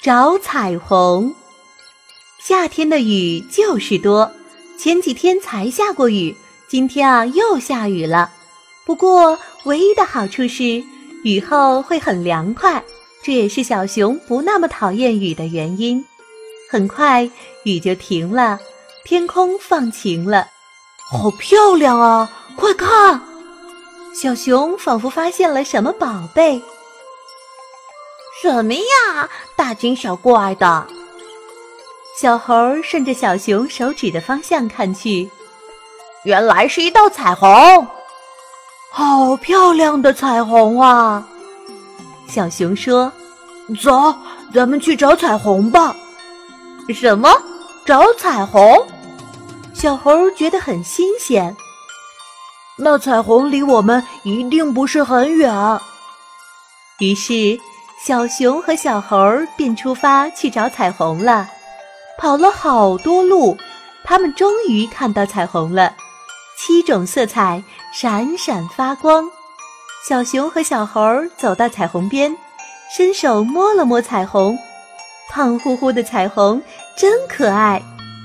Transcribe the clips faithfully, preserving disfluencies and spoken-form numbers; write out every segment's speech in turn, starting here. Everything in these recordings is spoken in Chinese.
找彩虹。夏天的雨就是多，前几天才下过雨，今天啊又下雨了。不过唯一的好处是雨后会很凉快，这也是小熊不那么讨厌雨的原因。很快雨就停了，天空放晴了。好漂亮啊，快看！小熊仿佛发现了什么宝贝。 什么呀，大惊小怪的。 小猴顺着小熊手指的方向看去， 原来是一道彩虹。 好漂亮的彩虹啊！小熊说：走，咱们去找彩虹吧。 什么？找彩虹？ 小猴觉得很新鲜。那彩虹离我们一定不是很远。于是小熊和小猴便出发去找彩虹了。跑了好多路，他们终于看到彩虹了。七种色彩闪闪发光。小熊和小猴走到彩虹边，伸手摸了摸彩虹，胖乎乎的彩虹真可爱。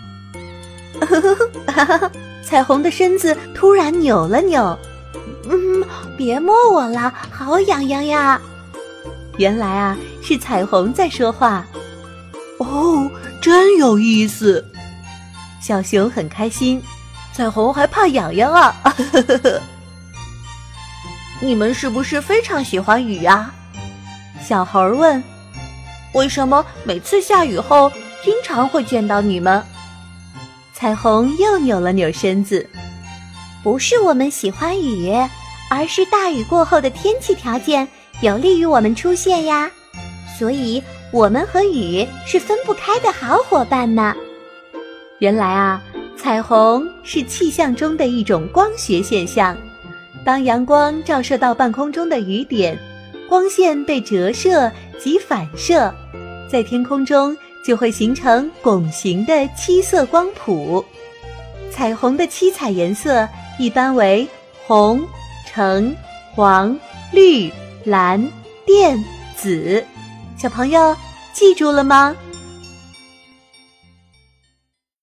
彩虹的身子突然扭了扭， 嗯，别摸我了，好痒痒呀。 原来啊，是彩虹在说话。哦，真有意思。小熊很开心，彩虹还怕痒痒啊。 你们是不是非常喜欢雨啊？ 小猴问。 为什么每次下雨后经常会见到你们？ 彩虹又扭了扭身子。 不是我们喜欢雨，而是大雨过后的天气条件有利于我们出现呀，所以我们和雨是分不开的好伙伴呢。 原来啊，彩虹是气象中的一种光学现象。当阳光照射到半空中的雨点，光线被折射及反射，在天空中就会形成拱形的七色光谱。彩虹的七彩颜色一般为红、橙、黄、绿、蓝、靛、紫。小朋友记住了吗？